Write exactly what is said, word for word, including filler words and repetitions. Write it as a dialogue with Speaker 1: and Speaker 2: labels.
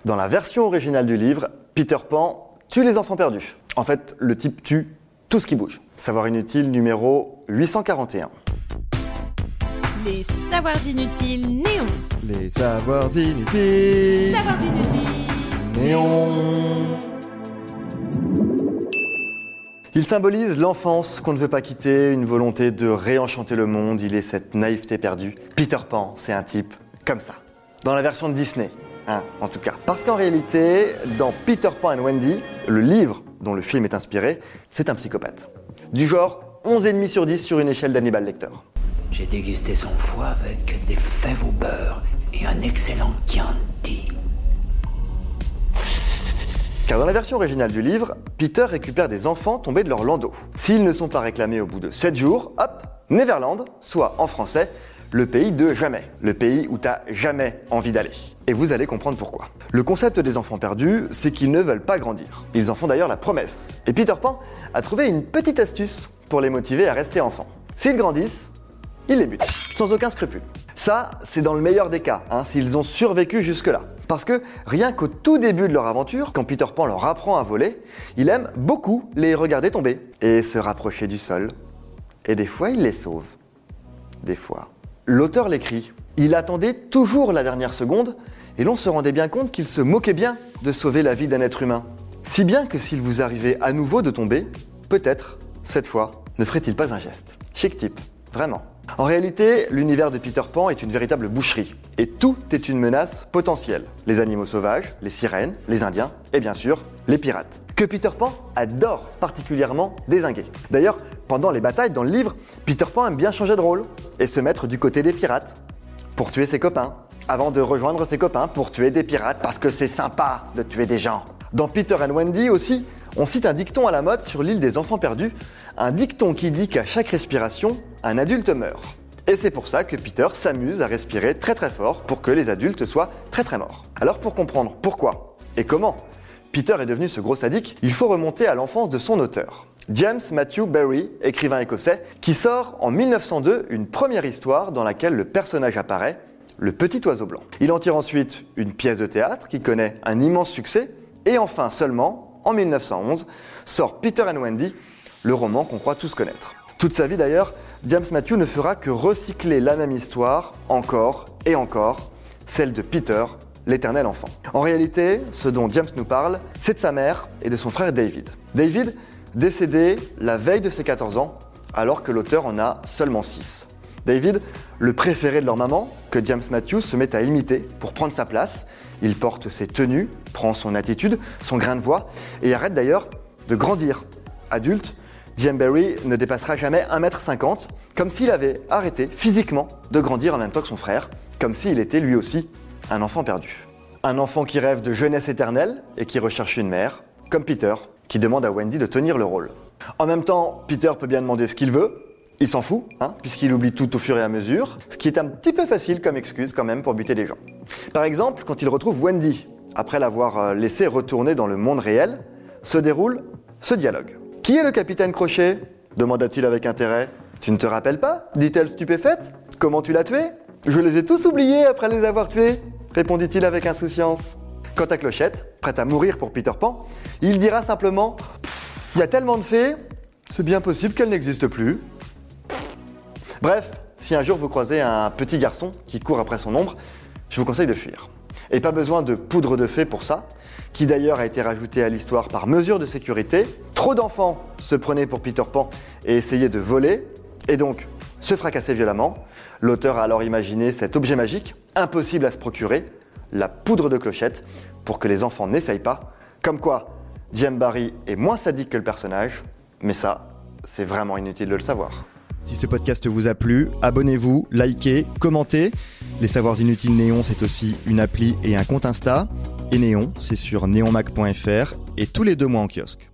Speaker 1: Dans la version originale du livre, Peter Pan tue les enfants perdus. En fait, le type tue tout ce qui bouge. Savoir inutile numéro huit cent quarante et un.
Speaker 2: Les savoirs inutiles néons.
Speaker 1: Les savoirs inutiles.
Speaker 2: Savoirs inutiles
Speaker 1: néons. Il symbolise l'enfance qu'on ne veut pas quitter, une volonté de réenchanter le monde. Il est cette naïveté perdue. Peter Pan, c'est un type comme ça. Dans la version de Disney, hein, en tout cas. Parce qu'en réalité, dans Peter Pan and Wendy, le livre dont le film est inspiré, c'est un psychopathe. Du genre onze virgule cinq sur dix sur une échelle d'Hannibal Lecter.
Speaker 3: J'ai dégusté son foie avec des fèves au beurre et un excellent Chianti.
Speaker 1: Car dans la version originale du livre, Peter récupère des enfants tombés de leur landau. S'ils ne sont pas réclamés au bout de sept jours, hop, Neverland, soit en français, le pays de jamais. Le pays où t'as jamais envie d'aller. Et vous allez comprendre pourquoi. Le concept des enfants perdus, c'est qu'ils ne veulent pas grandir. Ils en font d'ailleurs la promesse. Et Peter Pan a trouvé une petite astuce pour les motiver à rester enfants. S'ils grandissent, il les bute, sans aucun scrupule. Ça, c'est dans le meilleur des cas, hein, s'ils ont survécu jusque-là. Parce que rien qu'au tout début de leur aventure, quand Peter Pan leur apprend à voler, il aime beaucoup les regarder tomber et se rapprocher du sol. Et des fois, il les sauve. Des fois. L'auteur l'écrit. Il attendait toujours la dernière seconde et l'on se rendait bien compte qu'il se moquait bien de sauver la vie d'un être humain. Si bien que s'il vous arrivait à nouveau de tomber, peut-être, cette fois, ne ferait-il pas un geste. Chic type, vraiment. En réalité, l'univers de Peter Pan est une véritable boucherie. Et tout est une menace potentielle. Les animaux sauvages, les sirènes, les indiens et bien sûr, les pirates. Que Peter Pan adore particulièrement dézinguer. D'ailleurs, pendant les batailles dans le livre, Peter Pan aime bien changer de rôle et se mettre du côté des pirates pour tuer ses copains, avant de rejoindre ses copains pour tuer des pirates parce que c'est sympa de tuer des gens. Dans Peter and Wendy aussi, on cite un dicton à la mode sur l'île des enfants perdus, un dicton qui dit qu'à chaque respiration, un adulte meurt. Et c'est pour ça que Peter s'amuse à respirer très très fort pour que les adultes soient très très morts. Alors pour comprendre pourquoi et comment Peter est devenu ce gros sadique, il faut remonter à l'enfance de son auteur. James Matthew Barrie, écrivain écossais, qui sort en mille neuf cent deux une première histoire dans laquelle le personnage apparaît, le petit oiseau blanc. Il en tire ensuite une pièce de théâtre qui connaît un immense succès, et enfin seulement, en mille neuf cent onze, sort Peter and Wendy, le roman qu'on croit tous connaître. Toute sa vie d'ailleurs, James Matthew ne fera que recycler la même histoire, encore et encore, celle de Peter, l'éternel enfant. En réalité, ce dont James nous parle, c'est de sa mère et de son frère David. David, décédé la veille de ses quatorze ans, alors que l'auteur en a seulement six. David, le préféré de leur maman, que James Matthew se met à imiter pour prendre sa place. Il porte ses tenues, prend son attitude, son grain de voix, et arrête d'ailleurs de grandir. Adulte, James Barrie ne dépassera jamais un mètre cinquante, comme s'il avait arrêté physiquement de grandir en même temps que son frère, comme s'il était lui aussi un enfant perdu. Un enfant qui rêve de jeunesse éternelle et qui recherche une mère, comme Peter, qui demande à Wendy de tenir le rôle. En même temps, Peter peut bien demander ce qu'il veut, il s'en fout, hein, puisqu'il oublie tout au fur et à mesure, ce qui est un petit peu facile comme excuse quand même pour buter les gens. Par exemple, quand il retrouve Wendy, après l'avoir laissé retourner dans le monde réel, se déroule ce dialogue. « Qui est le capitaine Crochet ?» demanda-t-il avec intérêt. « Tu ne te rappelles pas ?» dit-elle stupéfaite. « Comment tu l'as tué ?»« Je les ai tous oubliés après les avoir tués » répondit-il avec insouciance. Quant à Clochette, prête à mourir pour Peter Pan, il dira simplement « Il y a tellement de fées, c'est bien possible qu'elles n'existent plus. » Bref, si un jour vous croisez un petit garçon qui court après son ombre, je vous conseille de fuir. Et pas besoin de poudre de fée pour ça, qui d'ailleurs a été rajoutée à l'histoire par mesure de sécurité. Trop d'enfants se prenaient pour Peter Pan et essayaient de voler, et donc se fracassaient violemment. L'auteur a alors imaginé cet objet magique, impossible à se procurer, la poudre de Clochette, pour que les enfants n'essayent pas. Comme quoi, James Barrie est moins sadique que le personnage, mais ça, c'est vraiment inutile de le savoir. Si ce podcast vous a plu, abonnez-vous, likez, commentez. Les Savoirs Inutiles Néon, c'est aussi une appli et un compte Insta. Et Néon, c'est sur néonmac point f r et tous les deux mois en kiosque.